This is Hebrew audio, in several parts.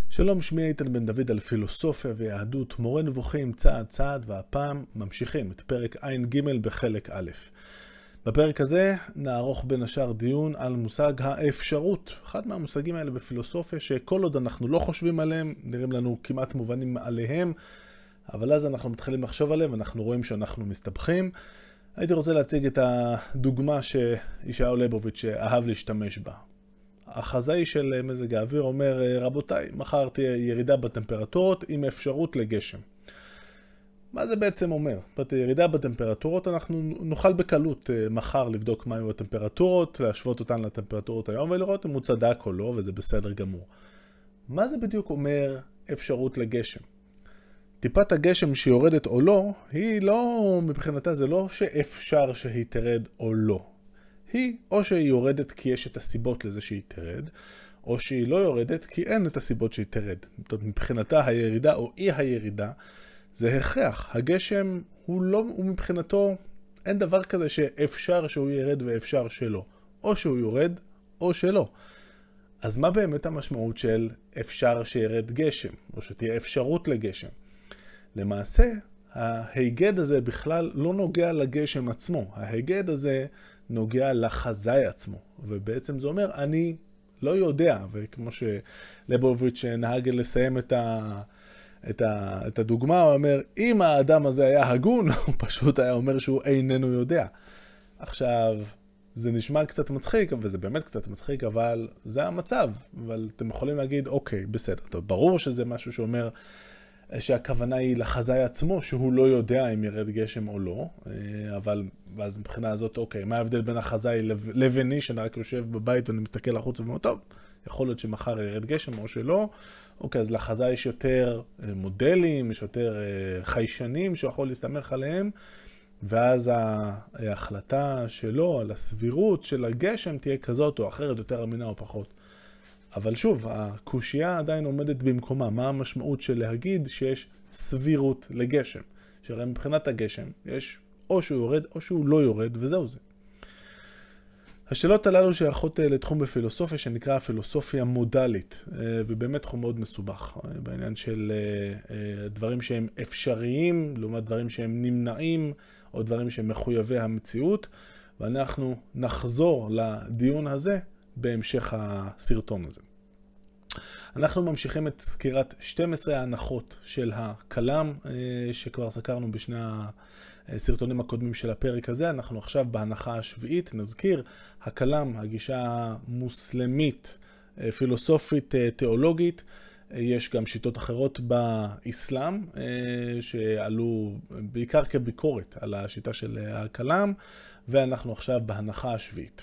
שלום, שמי איתן בן דוד על פילוסופיה ויהדות, מורה נבוכים צעד צעד, והפעם ממשיכים את פרק ע"ג בחלק א'. בפרק הזה נערוך בין השאר דיון על מושג האפשרות, אחד מהמושגים האלה בפילוסופיה שכל עוד אנחנו לא חושבים עליהם, נראים לנו כמעט מובנים עליהם, אבל אז אנחנו מתחילים לחשוב עליהם ואנחנו רואים שאנחנו מסתבכים. הייתי רוצה להציג את הדוגמה שישעיהו ליבוביץ' אהב להשתמש בה. החזאי של מזג האוויר אומר, רבותיי, מחר תהיה ירידה בטמפרטורות עם אפשרות לגשם. מה זה בעצם אומר? ירידה בטמפרטורות, אנחנו נוכל בקלות מחר לבדוק מה היו הטמפרטורות, להשוות אותן לטמפרטורות היום ולראות אם הוא צדק או לא, וזה בסדר גמור. מה זה בדיוק אומר אפשרות לגשם? טיפת הגשם שיורדת או לא, היא לא, מבחינתה זה לא שאפשר שהיא תרד או לא. היא או שהיא יורדת כי יש את הסיבות לזה שהיא תרד, או שהיא לא יורדת כי אין את הסיבות שהיא תרד. מבחינתה הירידה או אי הירידה זה הכרח. הגשם הוא מבחינתו, אין דבר כזה שאפשר שהוא ירד ואפשר שלא. או שהוא יורד או שלא. אז מה באמת המשמעות של אפשר שירד גשם, או שתהיה אפשרות לגשם? למעשה, ההיגד הזה בכלל לא נוגע לגשם עצמו. ההיגד הזה נוגע לחזאי עצמו. ובעצם זה אומר, אני לא יודע, וכמו שליבוביץ' נהג לסיים את הדוגמה, הוא אומר, אם האדם הזה היה הגון, הוא פשוט היה אומר שהוא איננו יודע. עכשיו, זה נשמע קצת מצחיק, וזה באמת קצת מצחיק, אבל זה המצב. אבל אתם יכולים להגיד, אוקיי, בסדר. טוב, ברור שזה משהו שאומר שהכוונה היא לחזאי עצמו, שהוא לא יודע אם ירד גשם או לא, אבל אז מבחינה הזאת, אוקיי, מה ההבדל בין החזאי לביני, שאני רק יושב בבית ואני מסתכל לחוץ ואומר, טוב, יכול להיות שמחר ירד גשם או שלא, אוקיי, אז לחזאי יש יותר מודלים, יש יותר חיישנים שיכול להסתמך עליהם, ואז ההחלטה שלו על הסבירות של הגשם תהיה כזאת או אחרת, יותר אמינה או פחות. אבל שוב, הקושייה עדיין עומדת במקומה. מה המשמעות של להגיד שיש סבירות לגשם? שהרי מבחינת הגשם יש או שהוא יורד או שהוא לא יורד, וזהו זה. השאלות הללו שייכות לתחום בפילוסופיה שנקרא פילוסופיה מודלית, ובאמת תחום מאוד מסובך בעניין של דברים שהם אפשריים, לעומת דברים שהם נמנעים, או דברים שהם מחויבי המציאות, ואנחנו נחזור לדיון הזה בהמשך הסרטון הזה. אנחנו ממשיכים את סקירת 12 ההנחות של הכלם שכבר סקרנו בשני הסרטונים הקודמים של הפרק הזה. אנחנו עכשיו בהנחה השביעית. נזכיר, הכלם, הגישה המוסלמית, פילוסופית, תיאולוגית. יש גם שיטות אחרות באסלאם שעלו בעיקר כביקורת על השיטה של הכלם, ואנחנו עכשיו בהנחה השביעית.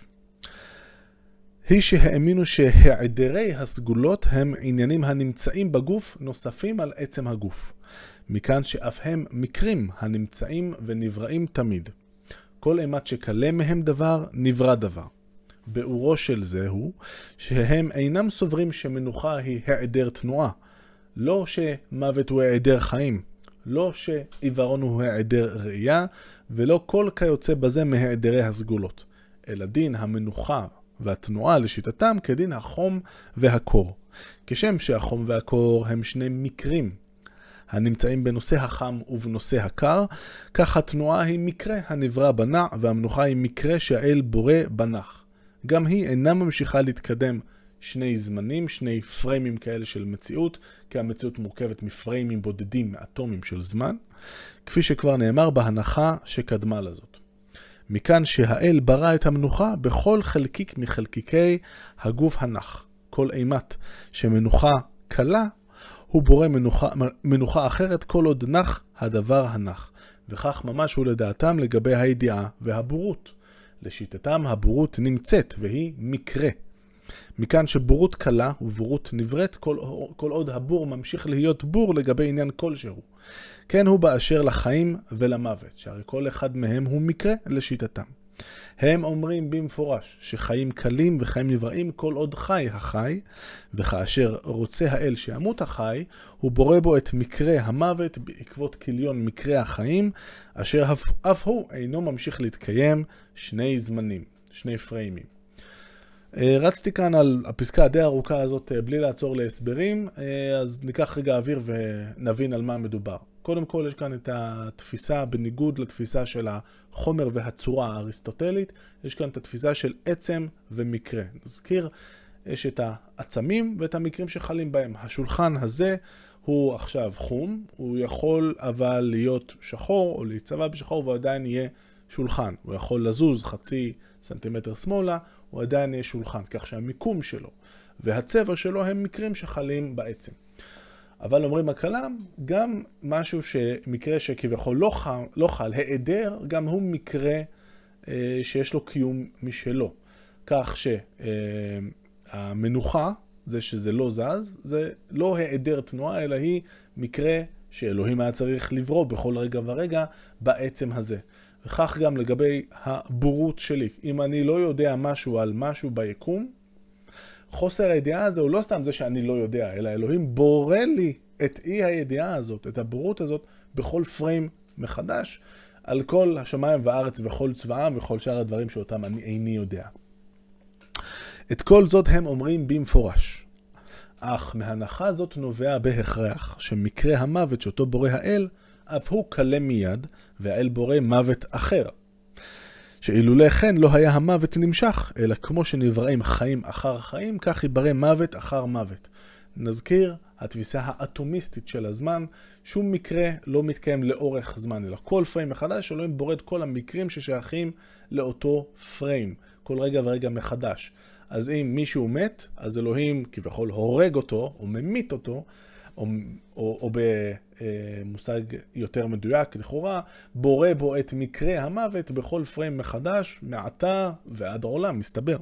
היא שהאמינו שהעדרי הסגולות הם עניינים הנמצאים בגוף נוספים על עצם הגוף. מכאן שאף הם מקרים הנמצאים ונבראים תמיד. כל אימת שקלה מהם דבר, נברא דבר. באורו של זה הוא שהם אינם סוברים שמנוחה היא העדר תנועה. לא שמוות הוא העדר חיים. לא שעיוורון הוא העדר ראייה, ולא כל כיוצא בזה מהעדרי הסגולות. אלא דין המנוחה והתנועה לשיטתם כדין החום והקור. כשם שהחום והקור הם שני מקרים הנמצאים בנושא החם ובנושא הקר, כך התנועה היא מקרה הנברא בנע, והמנוחה היא מקרה שהאל בורא בנח. גם היא אינה ממשיכה להתקדם שני זמנים, שני פריימים כאלה של מציאות, כי המציאות מורכבת מפריימים בודדים, מאטומים של זמן, כפי שכבר נאמר בהנחה שקדמה לזאת. מכאן שהאל ברא את המנוחה בכל חלקיק מחלקיקי הגוף הנח. כל אימת שמנוחה קלה, הוא בורא מנוחה אחרת כל עוד נח הדבר הנח. וכך ממש הוא לדעתם לגבי הידיעה והבורות. לשיטתם הבורות נמצאת והיא מקרה. מכאן שבורות קלה ובורות נבראת כל עוד הבור ממשיך להיות בור לגבי עניין כלשהו. כן הוא באשר לחיים ולמוות, שהרי כל אחד מהם הוא מקרה לשיטתם. הם אומרים במפורש שחיים קלים וחיים נבראים כל עוד חי החי, וכאשר רוצה האל שימות החי, הוא בורא בו את מקרה המוות בעקבות כליון מקרה החיים, אשר אף הוא אינו ממשיך להתקיים שני זמנים, שני פריימים. רצתי כאן על הפסקה הדי ארוכה הזאת בלי לעצור להסברים, אז ניקח רגע אוויר ונבין על מה מדובר. קודם כל יש כאן את התפיסה, בניגוד לתפיסה של החומר והצורה האריסטוטלית, יש כאן את התפיסה של עצם ומקרה. נזכיר, יש את העצמים ואת המקרים שחלים בהם. השולחן הזה הוא עכשיו חום, הוא יכול אבל להיות שחור או להיצבע בשחור והוא עדיין יהיה שולחן. הוא יכול לזוז חצי סנטימטר שמאלה, הוא עדיין יהיה שולחן, כך שהמיקום שלו והצבע שלו הם מקרים שחלים בעצם. אבל אומרים הכלם, גם משהו שמקרה שכביכול לא חל, העדר, גם הוא מקרה שיש לו קיום משלו. כך שהמנוחה, זה שזה לא זז, זה לא העדר תנועה, אלא היא מקרה שאלוהים היה צריך לברוא בכל רגע ורגע בעצם הזה. וכך גם לגבי הבורות שלי. אם אני לא יודע משהו על משהו ביקום, חוסר הידיעה הזה הוא לא סתם זה שאני לא יודע, אלא אלוהים בורא לי את אי הידיעה הזאת, את הבורות הזאת, בכל פריים מחדש, על כל השמיים והארץ וכל צבאם וכל שאר הדברים שאותם אני איני יודע. את כל זאת הם אומרים במפורש. אך מהנחה זאת נובע בהכרח שמקרה המוות שאותו בורא האל, אף הוא קלה מיד, והאל בורא מוות אחר. שאילולא כן לא היה המוות נמשך, אלא כמו שנבראים חיים אחר חיים, כך ייברא מוות אחר מוות. נזכיר, התפיסה האטומיסטית של הזמן, שום מקרה לא מתקיים לאורך זמן, אלא כל פריים מחדש, אלוהים בורא את כל המקרים ששייכים לאותו פריים, כל רגע ורגע מחדש. אז אם מישהו מת, אז אלוהים כביכול הורג אותו, או ממית אותו, או במושג יותר מדויק לכאורה, בורא בו את מקרה המוות בכל פריים מחדש, מעתה ועד העולם, מסתבר.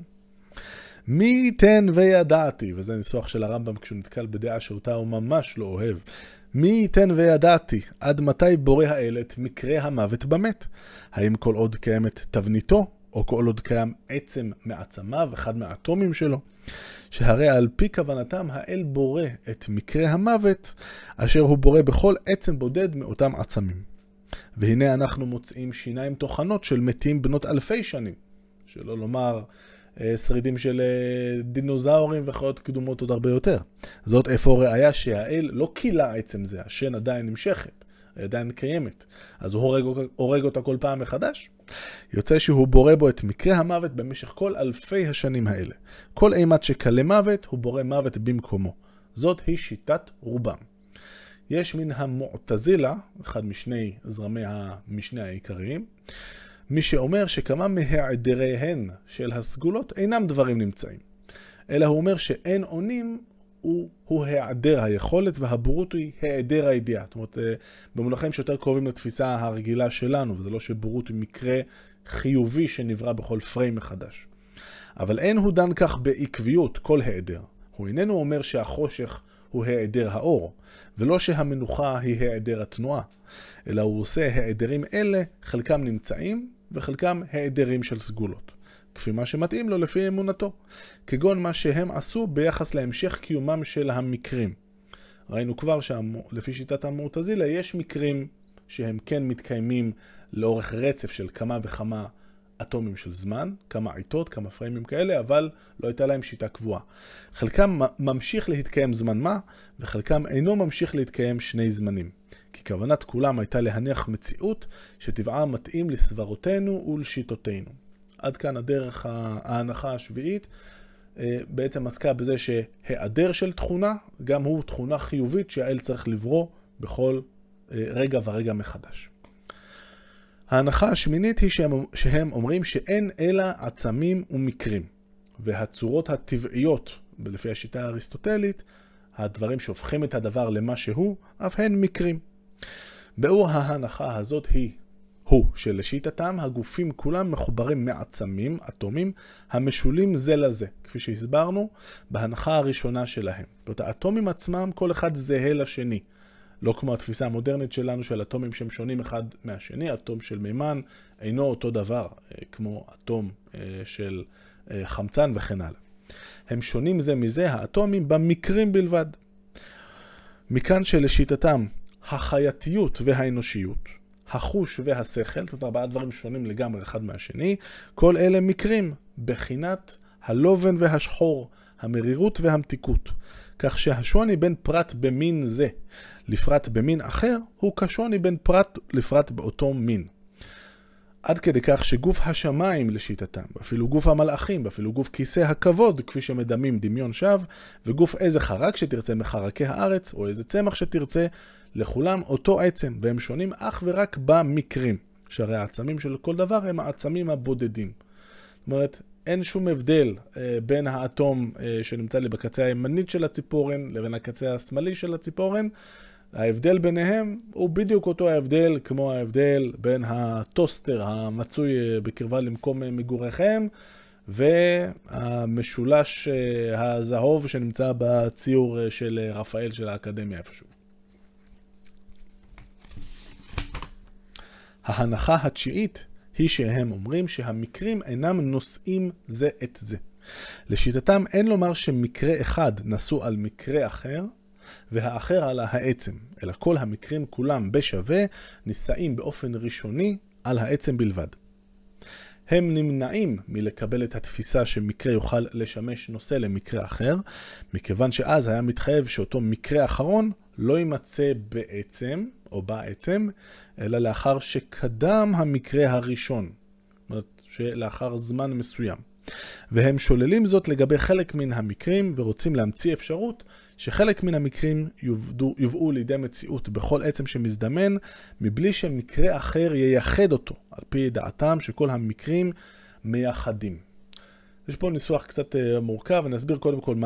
מי ייתן וידעתי, וזה ניסוח של הרמב"ם כשהוא נתקל בדעה שאותה הוא ממש לא אוהב, מי ייתן וידעתי עד מתי בורא האל את מקרה המוות במת? האם כל עוד קיימת תבניתו, או כל עוד קיים עצם מעצמיו, אחד מהאטומים שלו? שהרי על פי כוונתם האל בורא את מקרה המוות, אשר הוא בורא בכל עצם בודד מאותם עצמים. והנה אנחנו מוצאים שיניים תוכנות של מתים בנות אלפי שנים, שלא לומר שרידים של דינוזאורים וחיות קדומות עוד הרבה יותר. זאת איפה ראיה שהאל לא קילה עצם זה, השן עדיין נמשכת, עדיין קיימת, אז הוא הורג אותה כל פעם מחדש. יוצא שהוא בורא בו את מקרה המוות במשך כל אלפי השנים האלה. כל אימת שקלה מוות, הוא בורא מוות במקומו. זאת היא שיטת רובם. יש מן המועתזילה, אחד משני זרמי המשנה העיקריים, מי שאומר שכמה מהעדריהן של הסגולות אינם דברים נמצאים. אלא הוא אומר שאין עונים הוא העדר היכולת, והבורות היא העדר הידיעה. זאת אומרת, במונחים שיותר קרובים לתפיסה הרגילה שלנו, וזה לא שבורות היא מקרה חיובי שנברא בכל פריים מחדש. אבל אין הוא דן כך בעקביות כל העדר. הוא איננו אומר שהחושך הוא העדר האור, ולא שהמנוחה היא העדר התנועה, אלא הוא עושה העדרים אלה, חלקם נמצאים וחלקם העדרים של סגולות. כפי מה שמתאים לו לפי אמונתו, כגון מה שהם עשו ביחס להמשך קיומם של המקרים. ראינו כבר שלפי שיטת המועתזילה יש מקרים שהם כן מתקיימים לאורך רצף של כמה וכמה אטומים של זמן, כמה עיתות, כמה פריימים כאלה, אבל לא הייתה להם שיטה קבועה. חלקם ממשיך להתקיים זמן מה, וחלקם אינו ממשיך להתקיים שני זמנים. כי כוונת כולם הייתה להניח מציאות שטבעה מתאים לסברותינו ולשיטותינו. עד כאן הדרך ההנחה השביעית בעצם עסקה בזה שהיעדר של תכונה, גם הוא תכונה חיובית שהאל צריך לברוא בכל רגע ורגע מחדש. ההנחה השמינית היא שהם אומרים שאין אלא עצמים ומקרים, והצורות הטבעיות, לפי השיטה האריסטוטלית, הדברים שהופכים את הדבר למה שהוא, אף הן מקרים. באור ההנחה הזאת הוא שלשיטתם הגופים כולם מחוברים מעצמים, אטומים, המשולים זה לזה, כפי שהסברנו בהנחה הראשונה שלהם. זאת אומרת, האטומים עצמם כל אחד זהה לשני. לא כמו התפיסה המודרנית שלנו של אטומים שהם שונים אחד מהשני, אטום של מימן אינו אותו דבר, כמו אטום של חמצן וכן הלאה. הם שונים זה מזה, האטומים במקרים בלבד. מכאן שלשיטתם החייתיות והאנושיות, החוש והשכל, זאת אומרת, ארבעה דברים שונים לגמרי אחד מהשני, כל אלה מקרים בחינת הלובן והשחור, המרירות והמתיקות, כך שהשוני בין פרט במין זה לפרט במין אחר הוא כשוני בין פרט לפרט באותו מין. עד כדי כך שגוף השמיים לשיטתם, אפילו גוף המלאכים, אפילו גוף כיסא הכבוד, כפי שמדמים דמיון שווא, וגוף איזה חרק שתרצה מחרקי הארץ, או איזה צמח שתרצה, לכולם אותו עצם, והם שונים אך ורק במקרים. שהרי העצמים של כל דבר הם העצמים הבודדים. זאת אומרת, אין שום הבדל בין האטום שנמצא לי בקצה הימנית של הציפורן, לבין הקצה השמאלי של הציפורן. ההבדל ביניהם הוא בדיוק אותו ההבדל כמו ההבדל בין הטוסטר המצוי בקרבה למקום מגוריכם והמשולש הזהוב שנמצא בציור של רפאל של האקדמיה איפשהו. ההנחה התשיעית היא שהם אומרים שהמקרים אינם נושאים זה את זה. לשיטתם אין לומר שמקרה אחד נשוא על מקרה אחר, והאחר על העצם, אלא כל המקרים כולם בשווה נישאים באופן ראשוני על העצם בלבד. הם נמנעים מלקבל את התפיסה שמקרה יוכל לשמש נושא למקרה אחר, מכיוון שאז היה מתחייב שאותו מקרה אחרון לא יימצא בעצם או בעצם, אלא לאחר שקדם המקרה הראשון, זאת אומרת שלאחר זמן מסוים. והם שוללים זאת לגבי חלק מן המקרים ורוצים להמציא אפשרות שחלק מן המקרים יובאו לידי מציאות בכל עצם שמזדמן, מבלי שמקרה אחר ייחד אותו, על פי דעתם שכל המקרים מייחדים. יש פה ניסוח קצת מורכב, אני אסביר קודם כל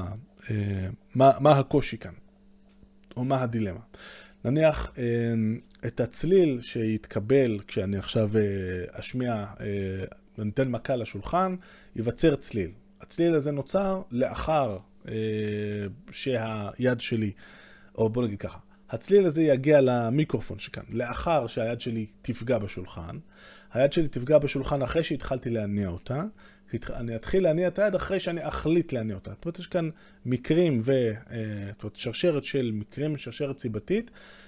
מה הקושי כאן, או מה הדילמה. נניח את הצליל שיתקבל כשאני עכשיו אשמיע, ניתן מכה לשולחן, ייווצר צליל. הצליל הזה נוצר לאחר שהיד שלי, או בוא נגיד ככה, הצליל הזה יגיע למיקרופון שכאן, לאחר שהיד שלי תפגע בשולחן. היד שלי תפגע בשולחן אחרי שהתחלתי להניע אותה. אני אתחיל להניע את היד אחרי שאני אחליט להניע אותה. זאת אומרת, יש כאן מקרים שרשרת של מקרים, שרשרת סיבתית,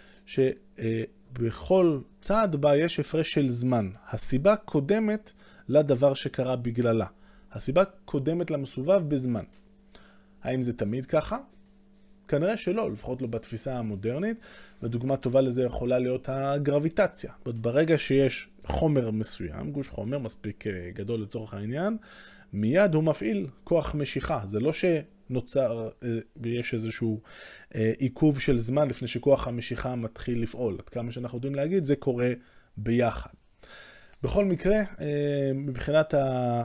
שבכל צעד בה יש הפרש של זמן. הסיבה קודמת לדבר שקרה בגללה. הסיבה קודמת למסובב בזמן. האם זה תמיד ככה? כנראה שלא, לפחות לא בתפיסה המודרנית. ודוגמה טובה לזה יכולה להיות הגרביטציה. ברגע שיש חומר מסוים, גוש חומר מספיק גדול לצורך העניין, מיד הוא מפעיל כוח משיכה. זה לא שנוצר, יש איזשהו עיכוב של זמן לפני שכוח המשיכה מתחיל לפעול. עד כמה שאנחנו יודעים להגיד, זה קורה ביחד. בכל מקרה, מבחינת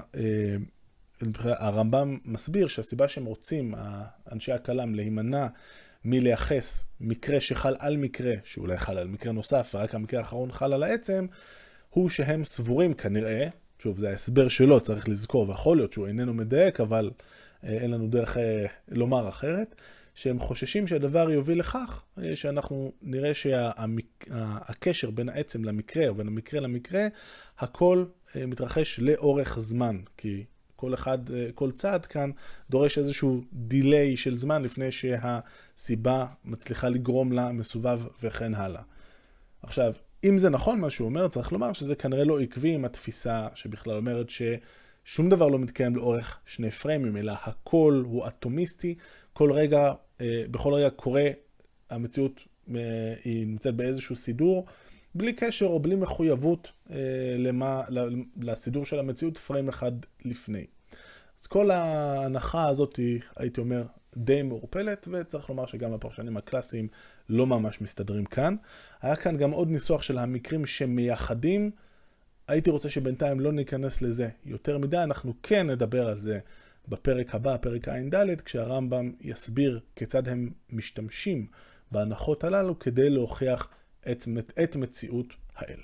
הרמב"ם מסביר שהסיבה שהם רוצים, אנשי הכלם, להימנע מלייחס מקרה שחל על מקרה, שאולי חל על מקרה נוסף, ורק המקרה האחרון חל על העצם, הוא שהם סבורים כנראה, שוב זה ההסבר שלו, צריך לזכור, ויכול להיות שהוא איננו מדייק, אבל אין לנו דרך לומר אחרת, שהם חוששים שהדבר יוביל לכך, שאנחנו נראה שהקשר בין העצם למקרה, ובין המקרה למקרה, הכל מתרחש לאורך זמן, כי כל צעד כאן דורש איזשהו דיליי של זמן לפני שהסיבה מצליחה לגרום לה מסובב וכן הלאה. עכשיו, אם זה נכון מה שהוא אומר, צריך לומר שזה כנראה לא עקבי עם התפיסה שבכלל אומרת ששום דבר לא מתקיים לאורך שני פריימים, אלא הכל הוא אטומיסטי, בכל רגע קורה, המציאות היא נמצאת באיזשהו סידור, בלי קשר או בלי מחויבות לסידור של המציאות פריים אחד לפני. אז כל ההנחה הזאת הייתי אומר די מעורפלת, וצריך לומר שגם הפרשנים הקלאסיים לא ממש מסתדרים כאן. היה כאן גם עוד ניסוח של המקרים שמייחדים, הייתי רוצה שבינתיים לא ניכנס לזה יותר מדי, אנחנו כן נדבר על זה בפרק הבא, פרק ע"ד, כשהרמב"ם יסביר כיצד הם משתמשים בהנחות הללו כדי להוכיח את מציאות האל.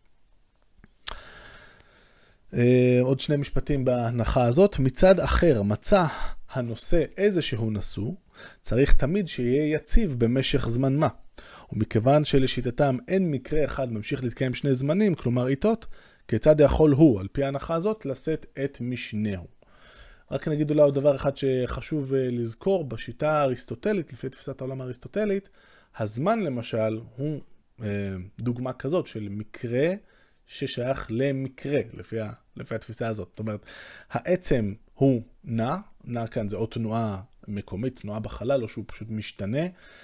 עוד שני משפטים בהנחה הזאת. מצד אחר, מצא הנושא איזשהו נשוא, צריך תמיד שיהיה יציב במשך זמן מה. ומכיוון שלשיטתם אין מקרה אחד ממשיך להתקיים שני זמנים, כלומר עיתות, כיצד יכול הוא, על פי ההנחה הזאת, לשאת את משנהו. רק נגיד אולי עוד דבר אחד שחשוב לזכור, בשיטה האריסטוטלית, לפי תפיסת העולם האריסטוטלית, הזמן למשל הוא דוגמה כזאת של מקרה ששייך למקרה, לפי התפיסה הזאת. זאת אומרת, העצם הוא נע כאן זה או תנועה מקומית, תנועה בחלל, או שהוא פשוט משתנה,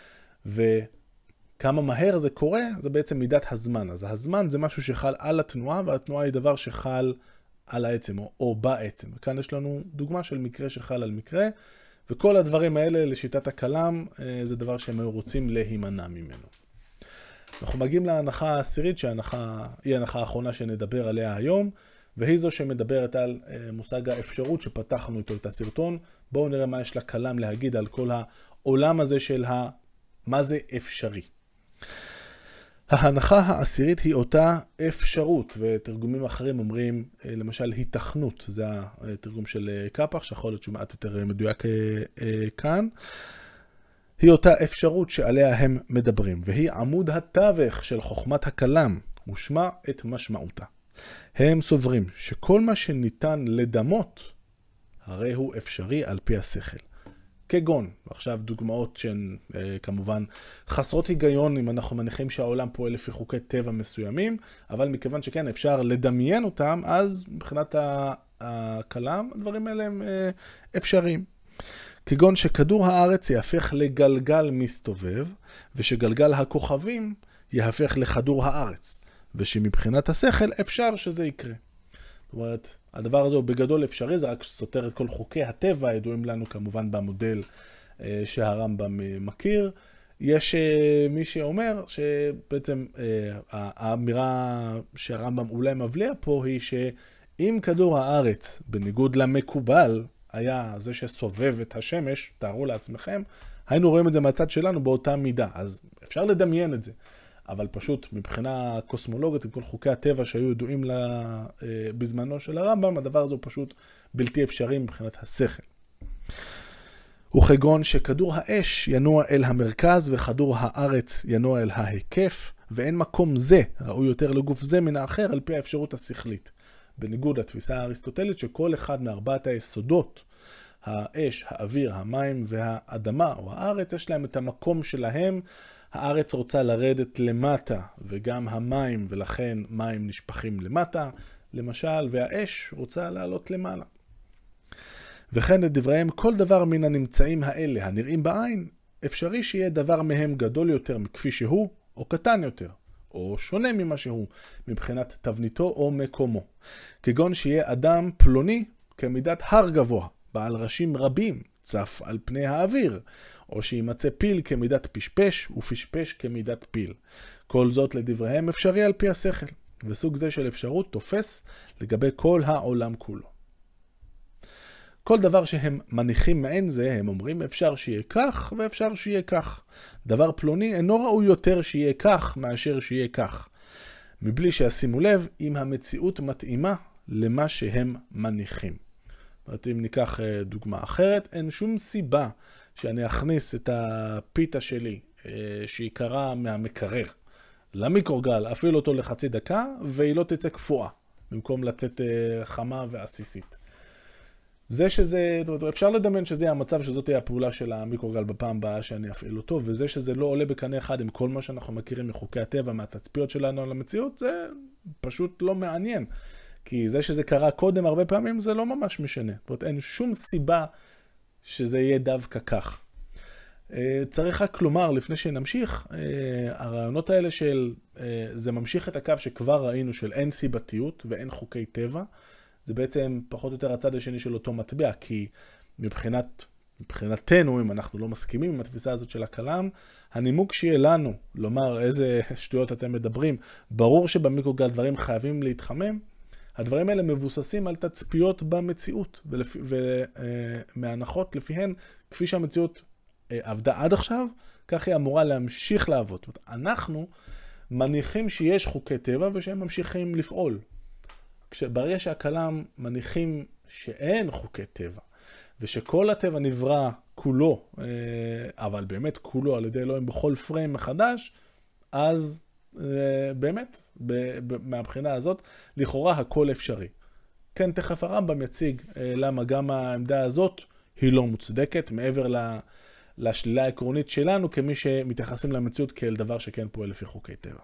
וכמה מהר זה קורה, זה בעצם מידת הזמן. אז הזמן זה משהו שחל על התנועה, והתנועה היא דבר שחל על העצם, או בעצם. וכאן יש לנו דוגמה של מקרה שחל על מקרה, וכל הדברים האלה לשיטת הכלם, זה דבר שהם היו רוצים להימנע ממנו. אנחנו מגיעים להנחה העשירית, שהיא ההנחה האחרונה שנדבר עליה היום, והיא זו שמדברת על מושג האפשרות שפתחנו איתו את הסרטון. בואו נראה מה יש לכלם להגיד על כל העולם הזה של מה זה אפשרי. ההנחה העשירית היא אותה אפשרות, ותרגומים אחרים אומרים, למשל, היתכנות. זה התרגום של קפח, שיכול להיות שהוא מעט יותר מדויק כאן. היא אותה אפשרות שעליה הם מדברים, והיא עמוד התווך של חוכמת הכלם, ושמע את משמעותה. הם סוברים שכל מה שניתן לדמות, הרי הוא אפשרי על פי השכל. כגון, ועכשיו דוגמאות שהן כמובן חסרות היגיון אם אנחנו מניחים שהעולם פועל לפי חוקי טבע מסוימים, אבל מכיוון שכן אפשר לדמיין אותם, אז מבחינת הכלם הדברים האלה הם אפשריים. כגון שכדור הארץ יהפך לגלגל מסתובב, ושגלגל הכוכבים יהפך לכדור הארץ, ושמבחינת השכל אפשר שזה יקרה. זאת אומרת, הדבר הזה הוא בגדול אפשרי, זה רק סותר את כל חוקי הטבע, הידועים לנו כמובן במודל שהרמב"ם מכיר. יש מי שאומר שבעצם האמירה שהרמב"ם אולי מבליע פה היא שאם כדור הארץ, בניגוד למקובל, היה זה שסובב את השמש, תארו לעצמכם, היינו רואים את זה מהצד שלנו באותה מידה, אז אפשר לדמיין את זה. אבל פשוט מבחינה קוסמולוגית, עם כל חוקי הטבע שהיו ידועים בזמנו של הרמב"ם, הדבר הזה הוא פשוט בלתי אפשרי מבחינת השכל. וכגון שכדור האש ינוע אל המרכז וכדור הארץ ינוע אל ההיקף, ואין מקום זה ראוי יותר לגוף זה מן האחר על פי האפשרות השכלית. בניגוד לתפיסה האריסטוטלית שכל אחד מארבעת היסודות, האש, האוויר, המים והאדמה או הארץ, יש להם את המקום שלהם. הארץ רוצה לרדת למטה וגם המים, ולכן מים נשפכים למטה, למשל, והאש רוצה לעלות למעלה. וכן לדבריהם, כל דבר מן הנמצאים האלה, הנראים בעין, אפשרי שיהיה דבר מהם גדול יותר מכפי שהוא, או קטן יותר, או שונה ממה שהוא, מבחינת תבניתו או מקומו. כגון שיהיה אדם פלוני כמידת הר גבוה, בעל ראשים רבים, צף על פני האוויר, או שימצא פיל כמידת פשפש, ופשפש כמידת פיל. כל זאת לדבריהם אפשרי על פי השכל, וסוג זה של אפשרות תופס לגבי כל העולם כולו. כל דבר שהם מניחים מעין זה, הם אומרים אפשר שיהיה כך ואפשר שיהיה כך. דבר פלוני אינו ראוי יותר שיהיה כך מאשר שיהיה כך. מבלי שישימו לב אם המציאות מתאימה למה שהם מניחים. אם ניקח דוגמה אחרת, אין שום סיבה שאני אכניס את הפיתה שלי שהיא קרה מהמקרר למיקרוגל, אפעיל אותו לחצי דקה, והיא לא תצא קפואה, במקום לצאת חמה ועסיסית. זה שזה, אפשר לדמיין שזה המצב, שזאת תהיה הפעולה של המיקרוגל בפעם הבאה שאני אפעיל אותו, וזה שזה לא עולה בקנה אחד עם כל מה שאנחנו מכירים מחוקי הטבע, מהתצפיות שלנו על המציאות, זה פשוט לא מעניין. כי זה שזה קרה קודם הרבה פעמים, זה לא ממש משנה. זאת אומרת, אין שום סיבה שזה יהיה דווקא כך. צריך רק לומר, לפני שנמשיך, הרעיונות האלה של, זה ממשיך את הקו שכבר ראינו של אין סיבתיות ואין חוקי טבע, זה בעצם פחות או יותר הצד השני של אותו מטבע, כי מבחינתנו, אם אנחנו לא מסכימים עם התפיסה הזאת של הכלם, הנימוק שיהיה לנו לומר איזה שטויות אתם מדברים, ברור שבמיקרוגל דברים חייבים להתחמם, הדברים האלה מבוססים על תצפיות במציאות, ומהנחות לפיהן, כפי שהמציאות עבדה עד עכשיו, כך היא אמורה להמשיך לעבוד. אנחנו מניחים שיש חוקי טבע ושהם ממשיכים לפעול. ברגע שהכלם מניחים שאין חוקי טבע, ושכל הטבע נברא כולו, אבל באמת כולו על ידי אלוהים בכל פריים מחדש, אז באמת, מהבחינה הזאת, לכאורה הכל אפשרי. כן, תכף הרמב"ם יציג למה גם העמדה הזאת היא לא מוצדקת, מעבר לשלילה העקרונית שלנו, כמי שמתייחסים למציאות כאל דבר שכן פועל לפי חוקי טבע.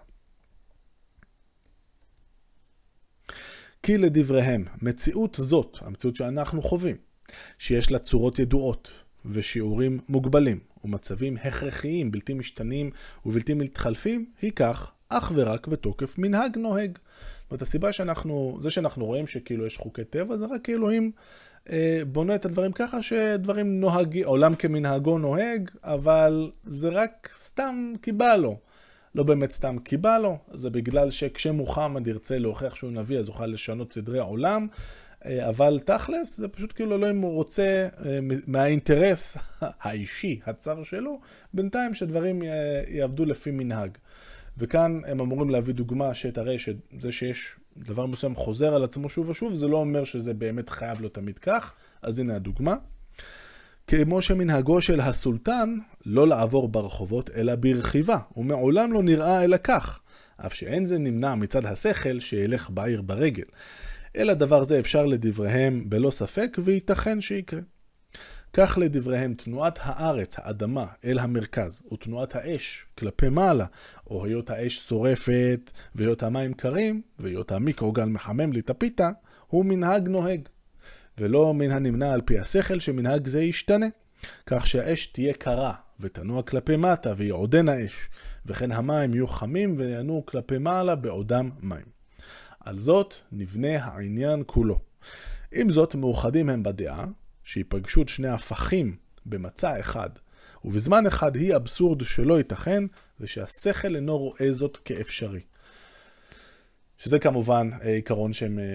כי לדבריהם, מציאות זאת, המציאות שאנחנו חווים, שיש לה צורות ידועות ושיעורים מוגבלים ומצבים הכרחיים, בלתי משתנים ובלתי מתחלפים, היא כך אך ורק בתוקף מנהג נוהג. זאת אומרת, הסיבה שאנחנו רואים שכאילו יש חוקי טבע, זה רק כי אלוהים בונה את הדברים ככה שדברים נוהגים, עולם כמנהגו נוהג, אבל זה רק סתם כי בא לו. לא באמת סתם כי בא לו, זה בגלל שכשמוחמד ירצה להוכיח שהוא נביא, אז יוכל לשנות סדרי העולם, אבל תכלס, זה פשוט כאילו אלוהים הוא רוצה מהאינטרס האישי, הצר שלו, בינתיים שדברים יעבדו לפי מנהג. וכאן הם אמורים להביא דוגמה שתראה שזה שיש דבר מסוים חוזר על עצמו שוב ושוב, זה לא אומר שזה באמת חייב לו תמיד כך, אז הנה הדוגמה. כמו שמנהגו של הסולטן לא לעבור ברחובות אלא ברכיבה, ומעולם לא נראה אלא כך, אף שאין זה נמנע מצד השכל שילך בעיר ברגל. אלא דבר זה אפשר לדבריהם בלא ספק וייתכן שיקרה. כך לדבריהם תנועת הארץ, האדמה, אל המרכז, ותנועת האש כלפי מעלה, או היות האש שורפת, והיות המים קרים, והיות המיקרוגל מחמם לי את הפיתה, הוא מנהג נוהג. ולא מן הנמנע על פי השכל שמנהג זה ישתנה. כך שהאש תהיה קרה, ותנוע כלפי מטה, ויעודן האש, וכן המים יהיו חמים וינועו כלפי מעלה בעודם מים. על זאת נבנה העניין כולו. עם זאת מאוחדים הם בדעה, שיפגשו את שני הפכים במצע אחד, ובזמן אחד היא אבסורד שלא ייתכן, ושהשכל אינו רואה זאת כאפשרי. שזה כמובן עיקרון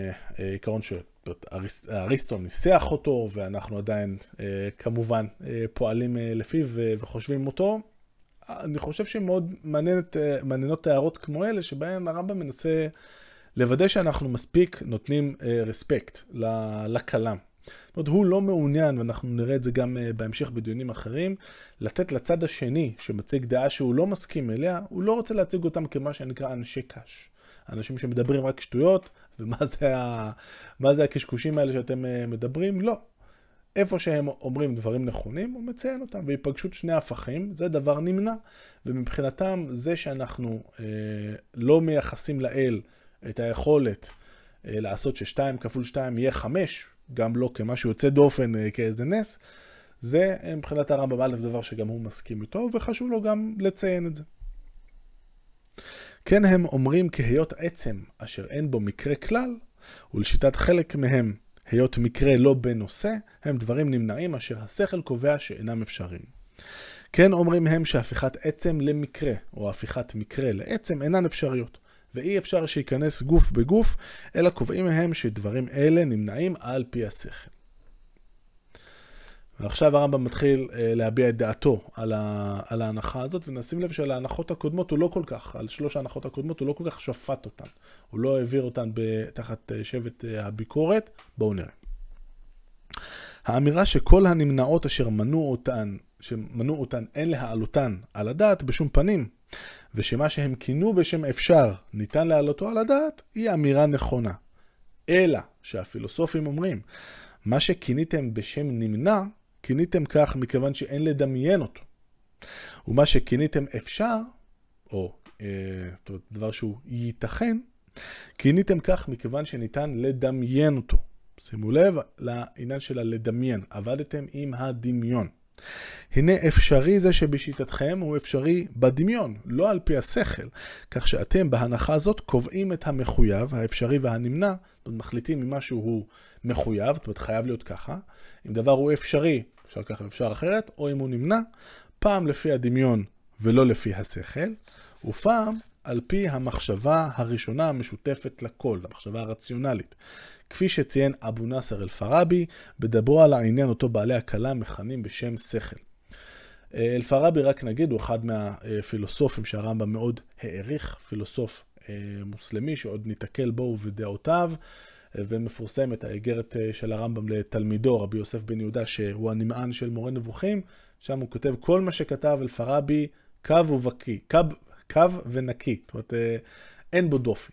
שאריסטו ניסח אותו, ואנחנו עדיין כמובן פועלים לפיו וחושבים אותו. אני חושב שמאוד מעניינות הערות כמו אלה, שבהן הרמב"ם מנסה לוודא שאנחנו מספיק נותנים רספקט לכלם. זאת אומרת, הוא לא מעוניין, ואנחנו נראה את זה גם בהמשך בדיונים אחרים, לתת לצד השני שמציג דעה שהוא לא מסכים אליה, הוא לא רוצה להציג אותם כמה שנקרא אנשי קש. אנשים שמדברים רק שטויות, ומה זה הקשקושים האלה שאתם מדברים? לא. איפה שהם אומרים דברים נכונים, הוא מציין אותם, ויפגשו שני הפכים, זה דבר נמנע, ומבחינתם זה שאנחנו לא מייחסים לאל את היכולת לעשות ש2 כפול 2 יהיה 5, גם לא כמשהו יוצא דופן כאיזה נס, זה מבחינת הרמב"ם א' דבר שגם הוא מסכים איתו, וחשוב לו גם לציין את זה. כן הם אומרים כהיות עצם אשר אין בו מקרה כלל, ולשיטת חלק מהם היות מקרה לא בנושא, הם דברים נמנעים אשר השכל קובע שאינם אפשריים. כן אומרים הם שהפיכת עצם למקרה, או הפיכת מקרה לעצם אינן אפשריות, ואי אפשר שיכנס גוף בגוף, אלא קובעים מהם שדברים אלה נמנעים על פי השכל. ועכשיו הרמב"ם מתחיל להביע את דעתו על ההנחה הזאת, ונשים לב שעל ההנחות הקודמות הוא לא כל כך, על 3 ההנחות הקודמות הוא לא כל כך שפט אותן. הוא לא העביר אותן תחת שבט הביקורת. בואו נראה. האמירה שכל הנמנעות אשר מנעו אותן אין להעלותן על הדעת בשום פנים, ושמה שהם כינו בשם אפשר ניתן להעלותו על הדעת, היא אמירה נכונה. אלא שהפילוסופים אומרים, מה שכיניתם בשם נמנע, כיניתם כך מכיוון שאין לדמיין אותו. ומה שכיניתם אפשר, או דבר שהוא ייתכן, כיניתם כך מכיוון שניתן לדמיין אותו. שימו לב לעניין של הלדמיין, עבדתם עם הדמיון. הנה אפשרי זה שבשיטתכם הוא אפשרי בדמיון, לא על פי השכל, כך שאתם בהנחה הזאת קובעים את המחויב, האפשרי והנמנע, זאת אומרת מחליטים ממה שהוא מחויב, זאת אומרת חייב להיות ככה, אם דבר הוא אפשרי, אפשר ככה ואפשר אחרת, או אם הוא נמנע, פעם לפי הדמיון ולא לפי השכל, ופעם על פי המחשבה הראשונה המשותפת לכל, המחשבה הרציונלית. כפי שציין אבו נאסר אל-פראבי, בדברו על העניין אותו בעלי הכלם מכנים בשם שכל. אל-פראבי, רק נגיד, הוא אחד מהפילוסופים שהרמב"ם מאוד העריך, פילוסוף מוסלמי שעוד ניתקל בו ובדעותיו, ומפורסם את האיגרת של הרמב"ם לתלמידו, רבי יוסף בן יהודה, שהוא הנמען של מורה נבוכים, שם הוא כותב כל מה שכתב אל-פראבי, קו ונקי, זאת אומרת, אין בו דופי.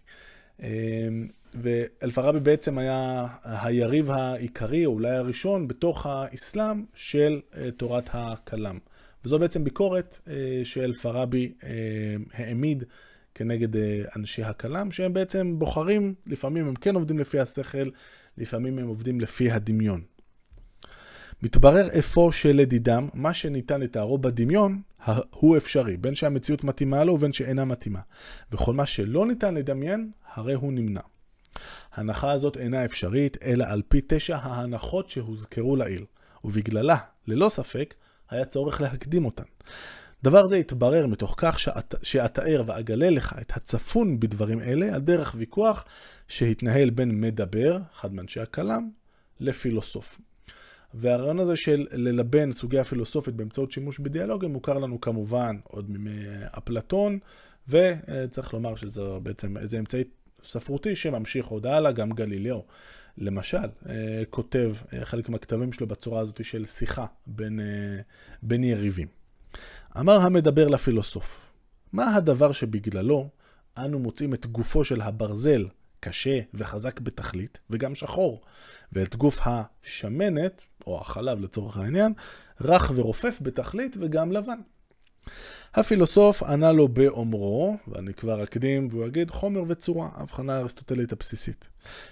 ואל-פראבי בעצם היה היריב העיקרי, או אולי הראשון, בתוך האסלאם של תורת הכלם. וזו בעצם ביקורת שאל-פראבי העמיד כנגד אנשי הכלם, שהם בעצם בוחרים, לפעמים הם כן עובדים לפי השכל, לפעמים הם עובדים לפי הדמיון. מתברר אפוא שלדידם, מה שניתן לתארו בדמיון, הוא אפשרי, בין שהמציאות מתאימה לו ובין שאינה מתאימה. וכל מה שלא ניתן לדמיין, הרי הוא נמנע. ההנחה הזאת אינה אפשרית, אלא על פי 9 ההנחות שהוזכרו לעיל, ובגללה, ללא ספק, היה צורך להקדים אותן. דבר זה התברר מתוך כך שאתאר ואגלה לך את הצפון בדברים אלה, על דרך ויכוח שהתנהל בין מדבר, אחד מאנשי הכלם, לפילוסוף. והרעיון הזה של ללבן סוגיה פילוסופית באמצעות שימוש בדיאלוגים מוכר לנו כמובן עוד מימי אפלטון, וצריך לומר שזה בעצם איזה אמצעי ספרותי שממשיך עוד הלאה, גם גלילאו. למשל, כותב חלק מהכתבים שלו בצורה הזאת של שיחה בין יריבים. אמר המדבר לפילוסוף, מה הדבר שבגללו אנו מוצאים את גופו של הברזל קשה וחזק בתכלית וגם שחור, ואת גוף השמנת, או החלב לצורך העניין, רך ורופף בתכלית וגם לבן? הפילוסוף ענה לו באומרו, ואני כבר אקדים והוא אגיד, חומר וצורה, הבחנה אריסטוטלית הבסיסית.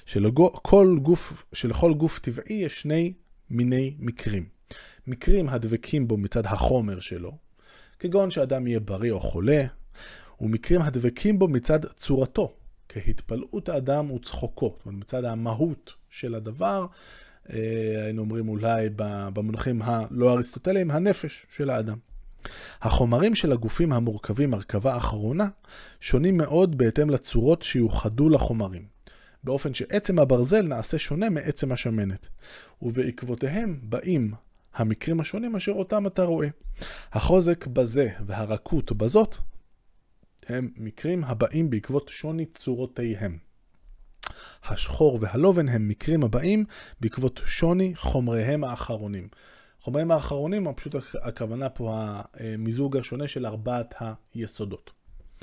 שלכל גוף טבעי יש 2 מיני מקרים. מקרים הדבקים בו מצד החומר שלו, כגון שאדם יהיה בריא או חולה, ומקרים הדבקים בו מצד צורתו, כהתפלאות האדם וצחוקו, מצד המהות של הדבר, היינו אומרים אולי במונחים הלא אריסטוטליים, הנפש של האדם. החומרים של הגופים המורכבים הרכבה האחרונה שונים מאוד בהתאם לצורות שיוחדו לחומרים, באופן שעצם הברזל נעשה שונה מעצם השמנת, ובעקבותיהם באים המקרים השונים אשר אותם אתה רואה. החוזק בזה והרכות בזאת הם מקרים הבאים בעקבות שוני צורותיהם. השחור והלובן הם מקרים הבאים בעקבות שוני חומריהם האחרונים. חומריהם האחרונים, פשוט הכוונה פה המיזוג השונה של 4 היסודות.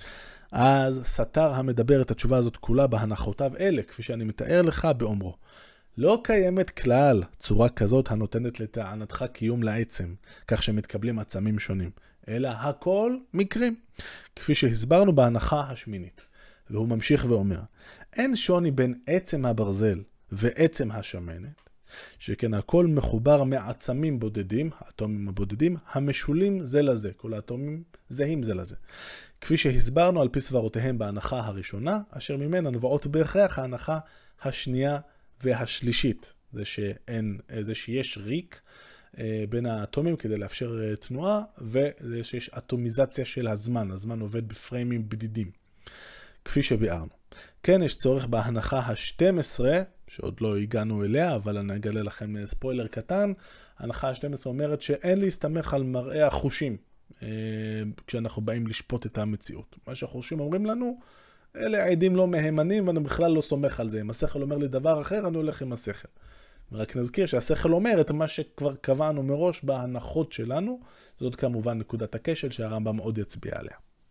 אז סתר המדבר את התשובה הזאת כולה בהנחותיו אלה, כפי שאני מתאר לך באומרו. לא קיימת כלל צורה כזאת הנותנת לטענתך קיום לעצם, כך שמתקבלים עצמים שונים, אלא הכל מקרים, כפי שהסברנו בהנחה השמינית. והוא ממשיך ואומר, אין שוני בין עצם הברזל ועצם השמנת, שכן הכל מחובר מעצמים בודדים, האטומים הבודדים, המשולים זה לזה, כל האטומים זהים זה לזה. כפי שהסברנו על פי סברותיהם בהנחה הראשונה, אשר ממנה נובעות בהכרח ההנחה השנייה והשלישית, זה שיש ריק בין האטומים כדי לאפשר תנועה, וזה שיש אטומיזציה של הזמן, הזמן עובד בפריימים בדידים, כפי שביארנו. כן, יש צורך בהנחה ה-12, שעוד לא הגענו אליה, אבל אני אגלה לכם ספוילר קטן. ההנחה ה-12 אומרת שאין להסתמך על מראה החושים, כשאנחנו באים לשפוט את המציאות. מה שהחושים אומרים לנו, אלה עדים לא מהימנים, ואני בכלל לא סומך על זה. אם השכל אומר לי דבר אחר, אני הולך עם השכל. רק נזכיר שהשכל אומר את מה שכבר קבענו מראש בהנחות שלנו, זאת כמובן נקודת הכשל שהרמב"ם מאוד יצביע עליה.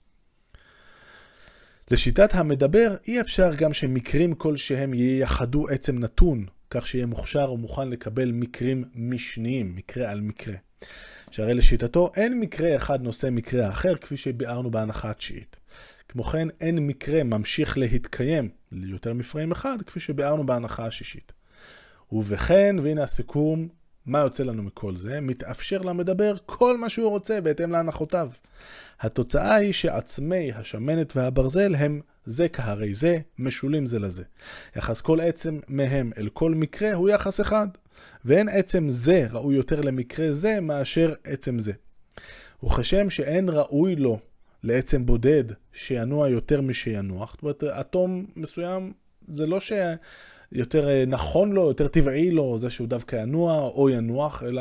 לשיטת המדבר, אי אפשר גם שמקרים כלשהם ייחדו עצם נתון, כך שיהיה מוכשר ומוכן לקבל מקרים משניים, מקרה על מקרה. שהרי לשיטתו אין מקרה אחד נושא מקרה אחר, כפי שביארנו בהנחה התשיעית. כמו כן, אין מקרה ממשיך להתקיים ליותר מפריים אחד, כפי שביארנו בהנחה השישית. ובכן, והנה הסיכום, מה יוצא לנו מכל זה? מתאפשר למדבר כל מה שהוא רוצה בהתאם להנחותיו. התוצאה היא שעצמי השמנת והברזל הם זה כהרי זה, משולים זה לזה. יחס כל עצם מהם אל כל מקרה הוא יחס אחד, ואין עצם זה ראוי יותר למקרה זה מאשר עצם זה. וכשם שאין ראוי לו לעצם בודד שינוע יותר משינוח, זאת אומרת, אטום מסוים זה לא שיותר נכון לו, יותר טבעי לו, זה שהוא דווקא ינוע או ינוח, אלא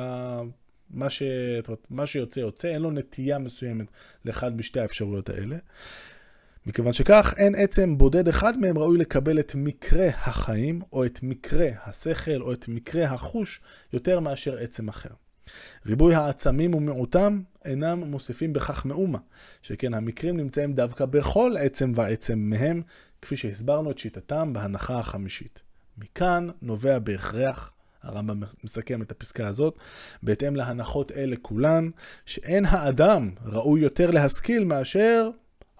מה שיוצא יוצא, אין לו נטייה מסוימת לאחד משתי האפשרויות האלה. מכיוון שכך, אין עצם בודד אחד מהם ראוי לקבל את מקרה החיים, או את מקרה השכל, או את מקרה החוש, יותר מאשר עצם אחר. ריבוי העצמים ומיעוטם אינם מוסיפים בכך מאומה, שכן המקרים נמצאים דווקא בכל עצם ועצם מהם, כפי שהסברנו את שיטתם בהנחה החמישית. מכאן נובע בהכרח, הרמב"ם מסכם את הפסקה הזאת, בהתאם להנחות אלה כולן, שאין האדם ראוי יותר להשכיל מאשר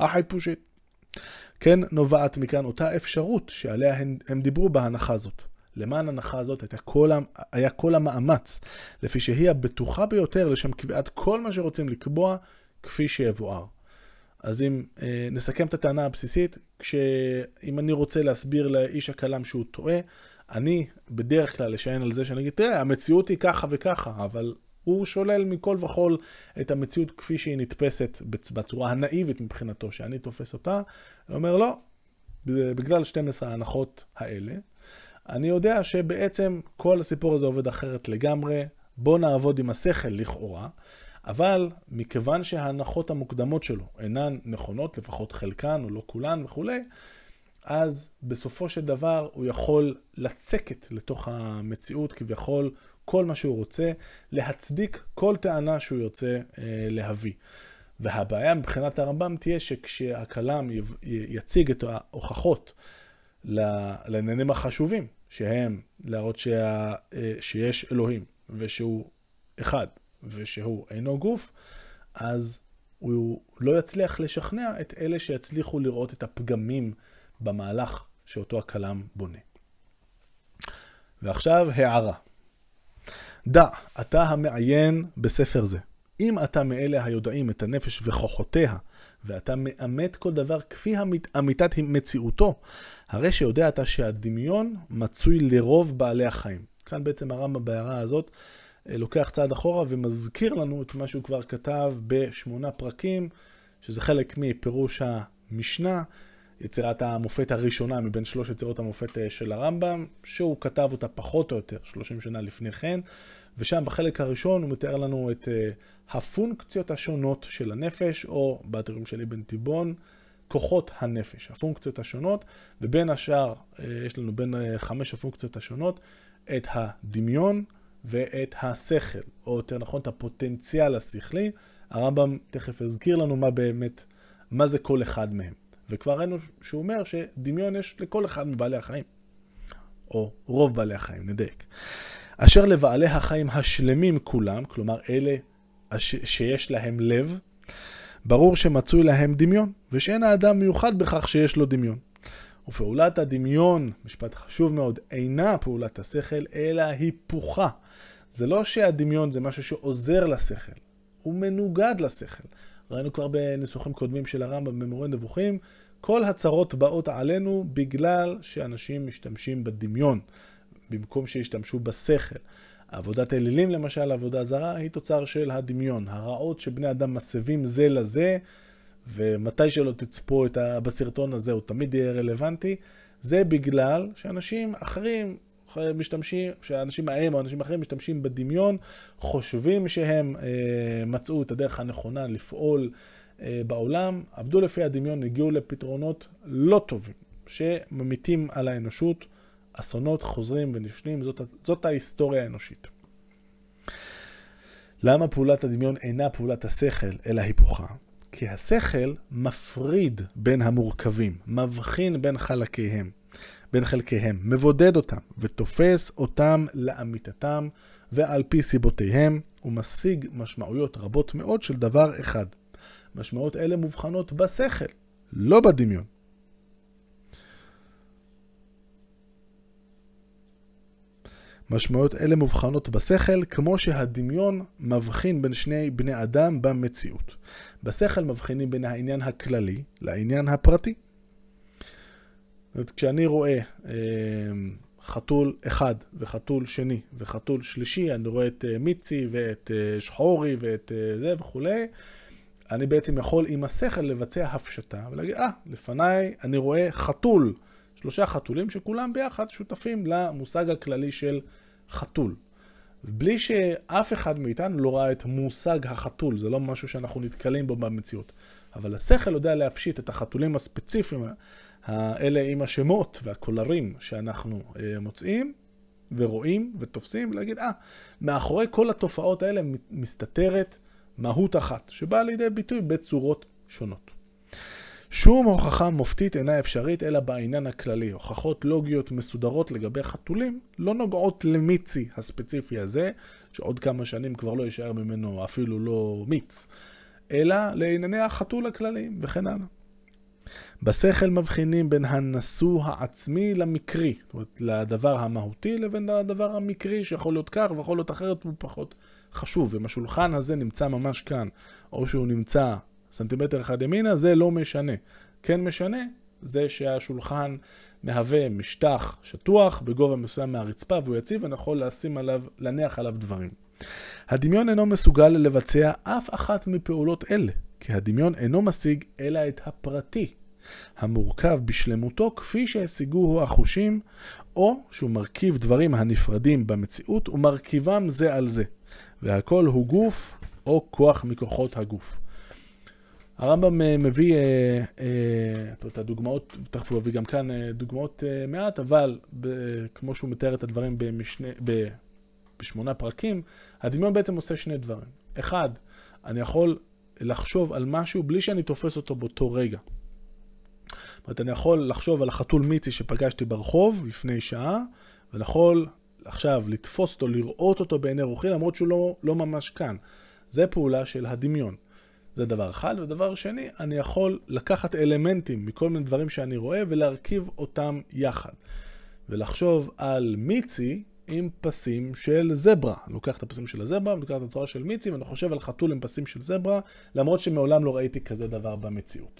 החיפושית. כן נובעת מכאן אותה אפשרות שעליה הם דיברו בהנחה הזאת, למען הנחה הזאת היה כל המאמץ, לפי שהיא הבטוחה ביותר לשם קביעת כל מה שרוצים לקבוע, כפי שיבואר. אז אם נסכם את הטענה הבסיסית, אם אני רוצה להסביר לאיש הכלם שהוא טועה, אני בדרך כלל לשען על זה שאני אגיד, תראה, המציאות היא ככה וככה, אבל הוא שולל מכל וכל את המציאות כפי שהיא נתפסת בצורה הנאיבית מבחינתו, שאני תופס אותה. אני אומר, לא, בגלל 12 ההנחות האלה, אני יודע שבעצם כל הסיפור הזה עובד אחרת לגמרי, בוא נעבוד עם השכל לכאורה, אבל מכיוון שההנחות המוקדמות שלו אינן נכונות, לפחות חלקן או לא כולן וכו', אז בסופו של דבר הוא יכול לצקת לתוך המציאות כביכול כל מה שהוא רוצה, להצדיק כל טענה שהוא ירצה להביא. והבעיה מבחינת הרמב"ם תהיה שכשהכלם יציג את ההוכחות לעניינים החשובים, שהם להראות שיש אלוהים ושהוא אחד ושהוא אינו גוף, אז הוא לא יצליח לשכנע את אלה שיצליחו לראות את הפגמים במהלך שאותו הכלם בונה. ועכשיו הערה. דע, אתה המעיין בספר זה. אם אתה מאלה היודעים את הנפש וכוחותיה, ואתה מאמת כל דבר כפי אמיתת מציאותו, הרי שיודע אתה שהדמיון מצוי לרוב בעלי החיים. כאן בעצם הרמב"ם בהערה הזאת לוקח צעד אחורה ומזכיר לנו את מה שהוא כבר כתב ב8 פרקים, שזה חלק מפירוש המשנה, יצירת המופת הראשונה מבין 3 יצירות המופת של הרמב"ם, שהוא כתב אותה פחות או יותר 30 שנה לפני כן, ושם בחלק הראשון הוא מתאר לנו את הפונקציות השונות של הנפש, או בתרגום של אבן תיבון, כוחות הנפש, הפונקציות השונות, ובין השאר יש לנו בין 5 הפונקציות השונות, את הדמיון ואת השכל, או יותר נכון את הפוטנציאל השכלי. הרמב"ם תכף הזכיר לנו מה זה כל אחד מהם. וכבר ראינו שהוא אומר שדמיון יש לכל אחד מבעלי החיים, או רוב בעלי החיים, נדייק. אשר לבעלי החיים השלמים כולם, כלומר אלה שיש להם לב, ברור שמצוי להם דמיון, ושאין האדם מיוחד בכך שיש לו דמיון. ופעולת הדמיון, משפט חשוב מאוד, אינה פעולת השכל, אלא היפוכה. זה לא שהדמיון זה משהו שעוזר לשכל, הוא מנוגד לשכל. ראינו כבר בניסוחים קודמים של הרמב"ם במורה נבוכים, כל הצרות באות עלינו בגלל שאנשים משתמשים בדמיון, במקום שישתמשו בשכל. עבודת אלילים למשל, עבודה זרה, היא תוצר של הדמיון. הרעות שבני אדם מסבים זה לזה, ומתי שלא תצפו בסרטון הזה הוא תמיד יהיה רלוונטי, זה בגלל שאנשים אחרים משתמשים, שאנשים מהם או אנשים אחרים משתמשים בדמיון, חושבים שהם מצאו את הדרך הנכונה לפעול בעולם, עבדו לפי הדמיון, הגיעו לפתרונות לא טובים, שממיתים על האנושות, אסונות חוזרים ונשנים, זאת ההיסטוריה האנושית. למה פעולת הדמיון אינה פעולת השכל, אלא היפוכה? כי השכל מפריד בין המורכבים, מבחין בין חלקיהם, מבודד אותם ותופס אותם לאמיתתם ועל פי סיבותיהם, ומשיג משמעויות רבות מאוד של דבר אחד. משמעויות אלה מובחנות בשכל, לא בדמיון. משמעויות אלה מובחנות בשכל, כמו שהדמיון מבחין בין שני בני אדם במציאות. בשכל מבחינים בין העניין הכללי לעניין הפרטי. כשאני רואה חתול אחד וחתול שני וחתול שלישי, אני רואה את מיצי ואת שחורי ואת זה וכו'. אני בעצם יכול עם השכל לבצע הפשטה ולהגיד, לפניי אני רואה חתול, 3 חתולים שכולם ביחד שותפים למושג הכללי של חתול. בלי שאף אחד מאיתנו לא ראה את מושג החתול, זה לא משהו שאנחנו נתקלים בו במציאות. אבל השכל יודע להפשיט את החתולים הספציפיים האלה עם השמות והקולרים שאנחנו מוצאים ורואים ותופסים, ולהגיד, מאחורי כל התופעות האלה מסתתרת מהות אחת, שבאה לידי ביטוי בצורות שונות. שום הוכחה מופתית אינה אפשרית אלא בעניין הכללי. הוכחות לוגיות מסודרות לגבי חתולים לא נוגעות למיצי הספציפי הזה, שעוד כמה שנים כבר לא יישאר ממנו אפילו לא מיץ, אלא לענייני החתול הכלליים וכן הלאה. בשכל מבחינים בין הנשוא העצמי למקרי, זאת אומרת, לדבר המהותי לבין הדבר המקרי שיכול להיות כך ויכול להיות אחרת, הוא פחות חשוב. אם השולחן הזה נמצא ממש כאן, או שהוא נמצא סנטימטר אחד ימינה, זה לא משנה. כן משנה, זה שהשולחן מהווה משטח שטוח בגובה מסוים מהרצפה והוא יציב, ואני יכול להניח עליו דברים. הדמיון אינו מסוגל לבצע אף אחת מפעולות אלה, כי הדמיון אינו משיג אלא את הפרטי, המורכב בשלמותו כפי שהשיגוהו החושים, או שהוא מרכיב דברים הנפרדים במציאות ומרכיבם זה על זה, והכל הוא גוף או כוח מכוחות הגוף. הרמב"ם מביא את הדוגמאות, תכף הוא מביא גם כאן דוגמאות מעט, אבל כמו שהוא מתאר את הדברים בשמונה פרקים, הדמיון בעצם עושה שני דברים. אחד, אני יכול לחשוב על משהו בלי שאני תופס אותו באותו רגע. זאת אומרת, אני יכול לחשוב על החתול מיצי שפגשתי ברחוב לפני שעה, ואני יכול עכשיו לתפוס אותו, לראות אותו בעיני רוחי, למרות שהוא לא ממש כאן. זה פעולה של הדמיון. זה דבר אחד. ודבר שני, אני יכול לקחת אלמנטים מכל מיני דברים שאני רואה ולהרכיב אותם יחד. ולחשוב על מיצי עם פסים של זברה. אני לוקח את הפסים של הזברה, אני לוקח את התורה של מיצי, ואני חושב על חתול עם פסים של זברה, למרות שמעולם לא ראיתי כזה דבר במציאות.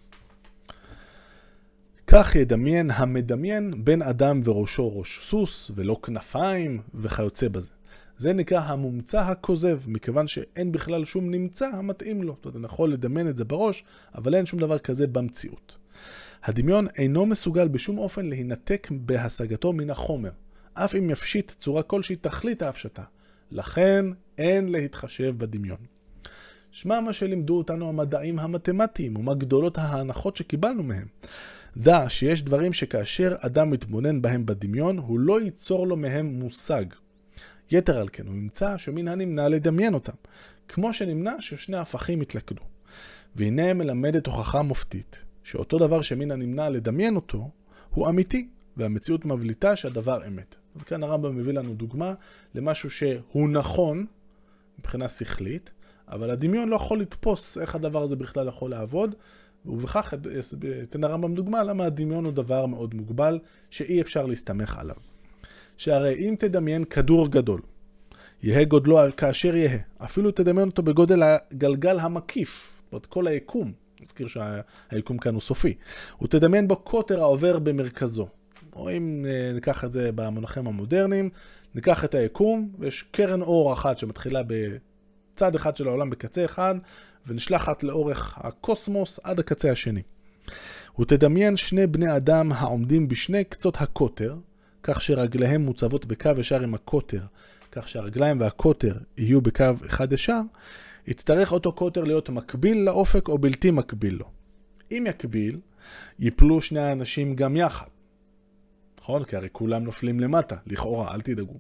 כך ידמיין המדמיין בין אדם וראשו ראש סוס, ולא כנפיים וכיוצא בזה. זה נקרא המומצא הכוזב, מכיוון שאין בכלל שום נמצא המתאים לו. זאת אומרת, אני יכול לדמיין את זה בראש, אבל אין שום דבר כזה במציאות. הדמיון אינו מסוגל בשום אופן להינתק בהשגתו מן החומר, אף אם יפשיט צורה כלשהי תכלית ההפשטה. לכן אין להתחשב בדמיון. שמע מה שלימדו אותנו המדעים המתמטיים, ומה גדולות ההנחות שקיבלנו מהם. דע שיש דברים שכאשר אדם מתבונן בהם בדמיון, הוא לא ייצור לו מהם מושג. יתר על כן, הוא ימצא שמן הנמנע לדמיין אותם, כמו שנמנע ששני הפכים יתלכדו. והנה מלמדת הוכחה מופתית, שאותו דבר שמן הנמנע לדמיין אותו, הוא אמיתי, והמציאות מבליטה שהדבר אמת. וכאן הרמב"ם מביא לנו דוגמה למשהו שהוא נכון מבחינה שכלית, אבל הדמיון לא יכול לתפוס איך הדבר הזה בכלל יכול לעבוד, ובכך תן הרמב"ם דוגמה למה הדמיון הוא דבר מאוד מוגבל שאי אפשר להסתמך עליו. שהרי אם תדמיין כדור גדול, יהיה גודלו כאשר יהיה, אפילו תדמיין אותו בגודל הגלגל המקיף, זאת אומרת כל היקום, נזכיר שהיקום כאן הוא סופי, ותדמיין בו קוטר העובר במרכזו. או אם ניקח את זה במונחים המודרניים, ניקח את היקום, ויש קרן אור אחת שמתחילה בצד אחד של העולם בקצה אחד, ונשלחת לאורך הקוסמוס עד הקצה השני. ותדמיין שני בני אדם העומדים בשני קצות הקוטר, כך שרגליהם מוצבות בקו ישר עם הקוטר, כך שהרגליים והקוטר יהיו בקו אחד ישר, יצטרך אותו קוטר להיות מקביל לאופק או בלתי מקביל לו. אם יקביל, ייפלו שני האנשים גם יחד. נכון? כי הרי כולם נופלים למטה, לכאורה, אל תדאגו.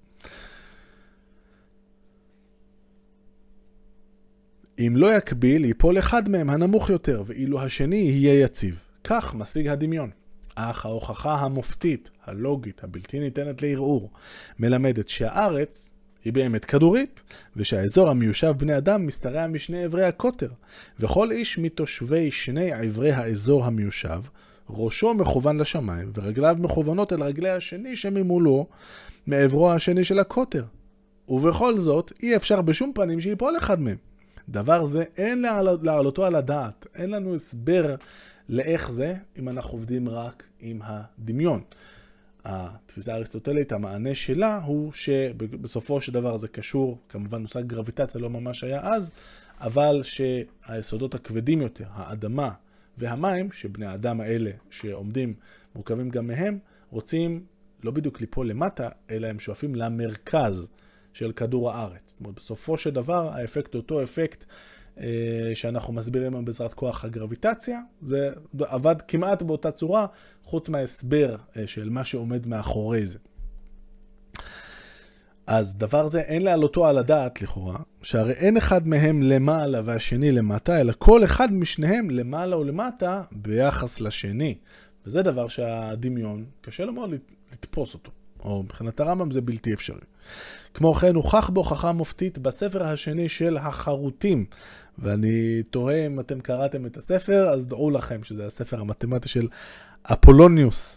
אם לא יקביל, ייפול אחד מהם הנמוך יותר, ואילו השני יהיה יציב. כך משיג הדמיון. אך ההוכחה המופתית, הלוגית, הבלתי ניתנת לערעור, מלמדת שהארץ היא באמת כדורית, ושהאזור המיושב בני אדם משתרע משני עברי הקוטר, וכל איש מתושבי שני עברי האזור המיושב, ראשו מכוון לשמיים, ורגליו מכוונות אל רגלי השני שממולו מעברו השני של הקוטר. ובכל זאת, אי אפשר בשום פנים שיפול אחד מהם. דבר זה אין להעלותו על הדעת, אין לנו הסבר לאיך זה, אם אנחנו עובדים רק עם הדמיון. התפיסה האריסטוטלית, המענה שלה הוא שבסופו של דבר זה קשור, כמובן מושג גרביטציה לא ממש היה אז, אבל שהיסודות הכבדים יותר, האדמה והמים, שבני האדם האלה שעומדים מורכבים גם מהם, רוצים לא בדיוק ליפול למטה, אלא הם שואפים למרכז של כדור הארץ. זאת אומרת, בסופו של דבר, האפקט אותו אפקט שאנחנו מסבירים בעזרת כוח הגרביטציה, זה עבד כמעט באותה צורה, חוץ מההסבר של מה שעומד מאחורי זה. אז דבר זה אין להעלותו על הדעת לכאורה, שהרי אין אחד מהם למעלה והשני למטה, אלא כל אחד משניהם למעלה ולמטה ביחס לשני. וזה דבר שהדמיון קשה לו מאוד לתפוס אותו, או מבחינת הרמב"ם זה בלתי אפשרי. כמו כן הוכח בהוכחה מופתית בספר השני של החרוטים, ואני תוהה אם אתם קראתם את הספר, אז דעו לכם שזה הספר המתמטי של אפולוניוס,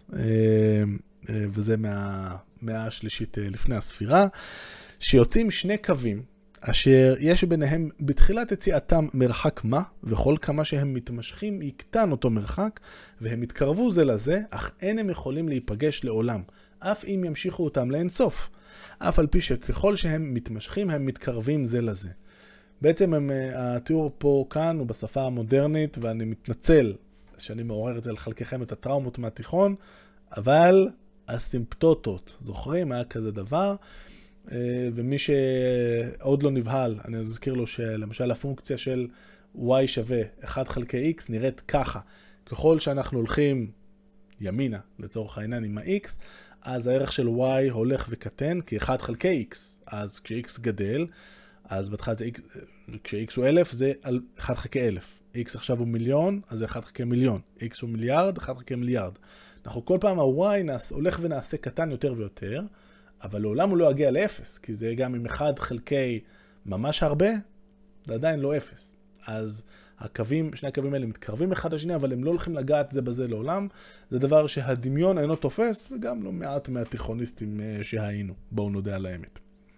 וזה מהמאה השלישית לפני הספירה, שיוצאים שני קווים, אשר יש ביניהם בתחילת יציאתם מרחק מה, וכל כמה שהם מתמשכים יקטן אותו מרחק, והם יתקרבו זה לזה, אך אין הם יכולים להיפגש לעולם, אף אם ימשיכו אותם לאינסוף. אף על פי שככל שהם מתמשכים, הם מתקרבים זה לזה. בעצם התיאור פה כאן הוא בשפה המודרנית, ואני מתנצל שאני מעורר את זה לחלקכם את הטראומות מהתיכון, אבל הסימפטוטות, זוכרים? היה כזה דבר, ומי שעוד לא נבהל, אני אזכיר לו שלמשל הפונקציה של y שווה 1 חלקי x נראית ככה. ככל שאנחנו הולכים ימינה, לצורך העניין עם ה-x, אז הערך של y הולך וקטן כ-1 חלקי x. אז כש-x גדל, אז בהתחלה זה x, כש-x הוא 1000 זה 1 חלקי 1000. x עכשיו הוא מיליון, אז זה 1 חלקי מיליון. x הוא מיליארד, 1 חלקי מיליארד. אנחנו כל פעם ה-y הולך ונעשה קטן יותר ויותר, אבל לעולם הוא לא יגיע ל-0, כי זה גם עם 1 חלקי ממש הרבה, זה עדיין לא 0. אז שני הקווים האלה מתקרבים אחד לשני, אבל הם לא הולכים לגעת זה בזה לעולם. זה דבר שהדמיון אינו תופס, וגם לא מעט מהתיכוניסטים שהיינו. בואו נודה על האמת.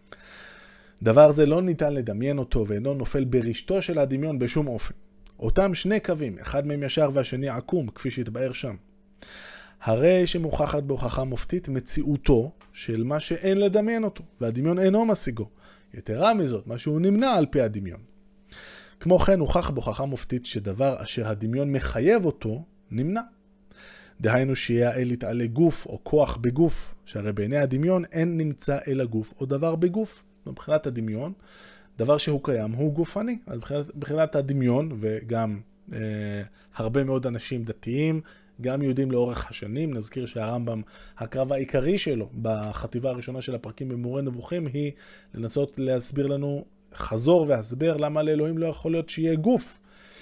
דבר זה לא ניתן לדמיין אותו, ואינו נופל ברשתו של הדמיון בשום אופן. אותם שני קווים, אחד מהם ישר והשני עקום, כפי שהתבאר שם. הרי שמוכחת בהוכחה מופתית מציאותו של מה שאין לדמיין אותו, והדמיון אינו משיגו. יתרה מזאת, מה שהוא נמנע על פי הדמיון. כמו כן הוכח בהוכחה מופתית שדבר אשר הדמיון מחייב אותו, נמנע. דהיינו שיהיה האל יתעלה גוף או כוח בגוף, שהרי בעיני הדמיון אין נמצא אלא גוף או דבר בגוף. מבחינת הדמיון, דבר שהוא קיים הוא גופני. אז מבחינת הדמיון, וגם הרבה מאוד אנשים דתיים, גם יהודים לאורך השנים, נזכיר שהרמב"ם, הקרב העיקרי שלו בחטיבה הראשונה של הפרקים במורה נבוכים, היא לנסות להסביר לנו חזור והסבר למה לאלוהים לא יכול להיות שיהיה גוף.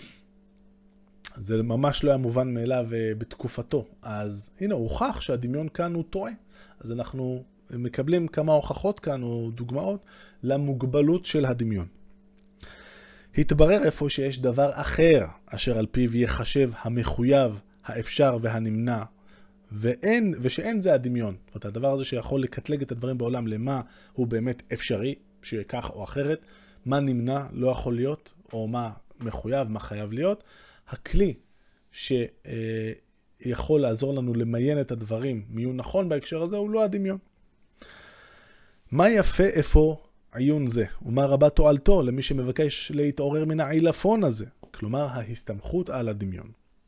זה ממש לא היה מובן מאליו בתקופתו. אז הנה, הוכח שהדמיון כאן הוא טועה. אז אנחנו מקבלים כמה הוכחות כאן או דוגמאות למוגבלות של הדמיון. התברר איפה שיש דבר אחר אשר על פיו יחשב המחויב, האפשר והנמנע, ושאין זה הדמיון. זאת אומרת, הדבר הזה שיכול לקטלג את הדברים בעולם למה הוא באמת אפשרי, שיהיה כך או אחרת, מה נמנע לא יכול להיות, או מה מחויב, מה חייב להיות. הכלי שיכול לעזור לנו למיין את הדברים, מי הוא נכון בהקשר הזה, הוא לא הדמיון. מה יפה איפה עיון זה, ומה רבה תועלתו למי שמבקש להתעורר מן העילפון הזה, כלומר ההסתמכות על הדמיון.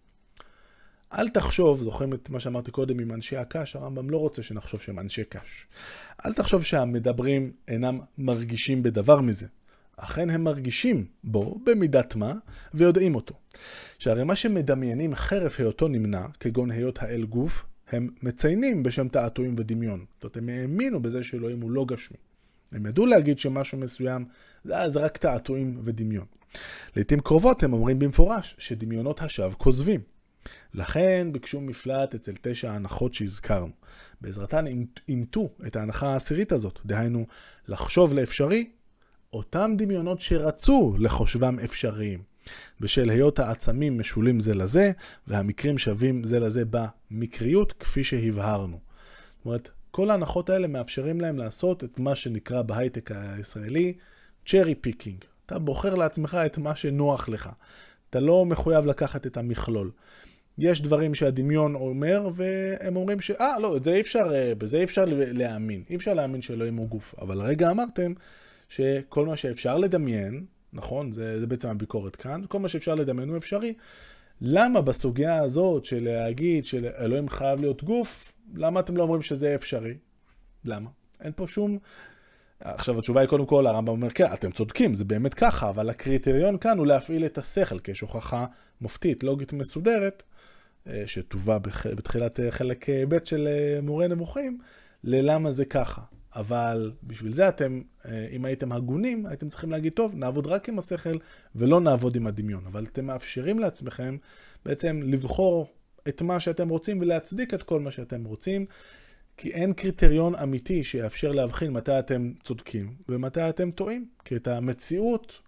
אל תחשוב, זוכרים את מה שאמרתי קודם עם אנשי הקש, הרמב"ם לא רוצה שנחשוב שהם אנשי קש. אל תחשוב שהמדברים אינם מרגישים בדבר מזה. אכן הם מרגישים בו במידת מה ויודעים אותו. שהרי מה שמדמיינים חרף היותו נמנע, כגון היות האל גוף, הם מציינים בשם תעתועים ודמיון. זאת אומרת, הם האמינו בזה שאלוהים הוא לא גשמי. הם ידעו להגיד שמשהו מסוים זה רק תעתועים ודמיון. לעתים קרובות הם אומרים במפורש שדמיונות השווא כוזבים. לכן ביקשו מפלט אצל 9 ההנחות שהזכרנו. בעזרתן אימתו את ההנחה העשירית הזאת, דהיינו לחשוב לאפשרי, אותם דמיונות שרצו לחושבם אפשריים, בשל היות העצמים משולים זה לזה, והמקרים שווים זה לזה במקריות כפי שהבהרנו. זאת אומרת, כל ההנחות האלה מאפשרים להם לעשות את מה שנקרא בהייטק הישראלי, צ'רי פיקינג. אתה בוחר לעצמך את מה שנוח לך. אתה לא מחויב לקחת את המכלול. יש דברים שהדמיון אומר, והם אומרים לא, בזה אי אפשר להאמין. אי אפשר להאמין שאלוהים הוא גוף. אבל הרגע אמרתם שכל מה שאפשר לדמיין, נכון? זה בעצם הביקורת כאן. כל מה שאפשר לדמיין הוא אפשרי. למה בסוגיה הזאת של להגיד שאלוהים חייב להיות גוף, למה אתם לא אומרים שזה אפשרי? למה? אין פה שום... עכשיו התשובה היא קודם כל, הרמב"ם אומר, כן, אתם צודקים, זה באמת ככה, אבל הקריטריון כאן הוא להפעיל את השכל, כי יש הוכחה מופתית, לוגית מסודרת, שטובה בתחילת חלק ב' של מורה נבוכים, ללמה זה ככה. אבל בשביל זה אתם, אם הייתם הגונים, הייתם צריכים להגיד, טוב, נעבוד רק עם השכל ולא נעבוד עם הדמיון. אבל אתם מאפשרים לעצמכם בעצם לבחור את מה שאתם רוצים ולהצדיק את כל מה שאתם רוצים, כי אין קריטריון אמיתי שיאפשר להבחין מתי אתם צודקים ומתי אתם טועים. כי את המציאות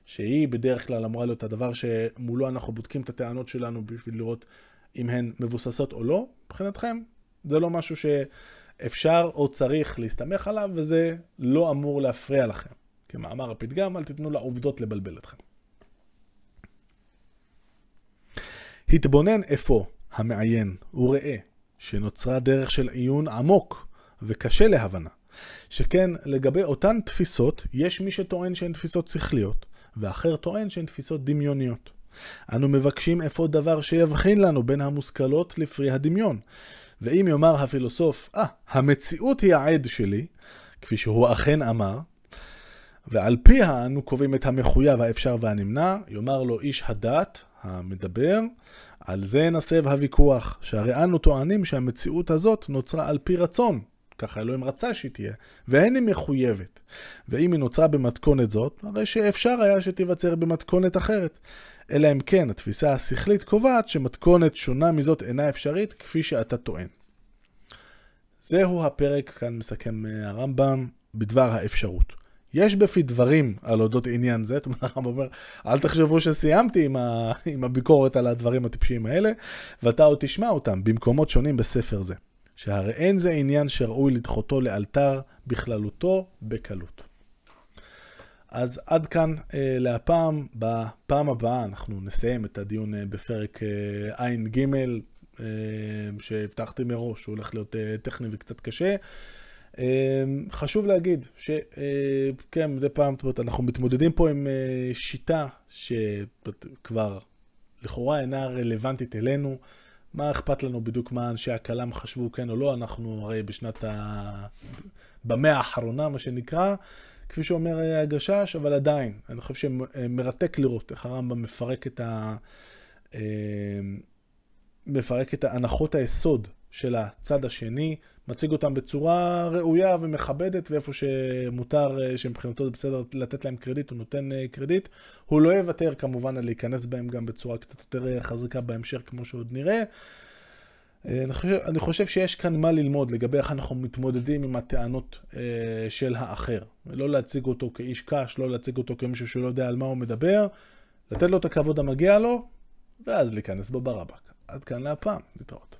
שהיא בדרך כלל אמורה להיות הדבר שמולו אנחנו בודקים את הטענות שלנו בשביל לראות אם הן מבוססות או לא, מבחינתכם זה לא משהו שאפשר או צריך להסתמך עליו, וזה לא אמור להפריע לכם. כמאמר הפתגם, אל תיתנו לעובדות לבלבל אתכם. התבונן אפוא המעיין וראה שנוצרה דרך של עיון עמוק וקשה להבנה, שכן לגבי אותן תפיסות יש מי שטוען שהן תפיסות שכליות, ואחר טוען שהן תפיסות דמיוניות. אנו מבקשים אפוא דבר שיבחין לנו בין המושכלות לפרי הדמיון. ואם יאמר הפילוסוף, המציאות היא העד שלי, כפי שהוא אכן אמר, ועל פיה אנו קובעים את המחויב, האפשר והנמנע, יאמר לו איש הדת, המדבר, על זה נסב הוויכוח, שהרי אנו טוענים שהמציאות הזאת נוצרה על פי רצון, ככה אלוהים רצה שהיא תהיה, ואין היא מחויבת. ואם היא נוצרה במתכונת זאת, הרי שאפשר היה שתיווצר במתכונת אחרת. אלא אם כן, התפיסה השכלית קובעת שמתכונת שונה מזאת אינה אפשרית, כפי שאתה טוען. זהו הפרק, כאן מסכם הרמב"ם, בדבר האפשרות. יש בפי דברים על אודות עניין זה, זאת אומרת, הרמב"ם אומר, אל תחשבו שסיימתי עם הביקורת על הדברים הטיפשיים האלה, ואתה עוד תשמע אותם במקומות שונים בספר זה. שהרי אין זה עניין שראוי לדחותו לאלתר בכללותו בקלות. אז עד כאן להפעם. בפעם הבאה אנחנו נסיים את הדיון בפרק עין ג' שהבטחתי מראש, שהוא הולך להיות טכני וקצת קשה. חשוב להגיד שכן, מדי פעם אנחנו מתמודדים פה עם שיטה שכבר לכאורה אינה רלוונטית אלינו. מה אכפת לנו בדיוק מה אנשי הכלם חשבו כן או לא? אנחנו הרי במאה האחרונה מה שנקרא, כפי שאומר הגשש, אבל עדיין אני חושב שמרתק לראות איך הרמב"ם מפרק את ההנחות היסוד של הצד השני, מציג אותם בצורה ראויה ומכבדת, ואיפה שמותר שמבחינתו זה בסדר לתת להם קרדיט, הוא נותן קרדיט. הוא לא יוותר כמובן על להיכנס בהם גם בצורה קצת יותר חזקה בהמשך כמו שעוד נראה. אני חושב שיש כאן מה ללמוד לגבי איך אנחנו מתמודדים עם הטענות של האחר. לא להציג אותו כאיש קש, לא להציג אותו כמישהו שלא יודע על מה הוא מדבר, לתת לו את הכבוד המגיע לו, ואז להיכנס בו ברבק. עד כאן להפעם, להתראות.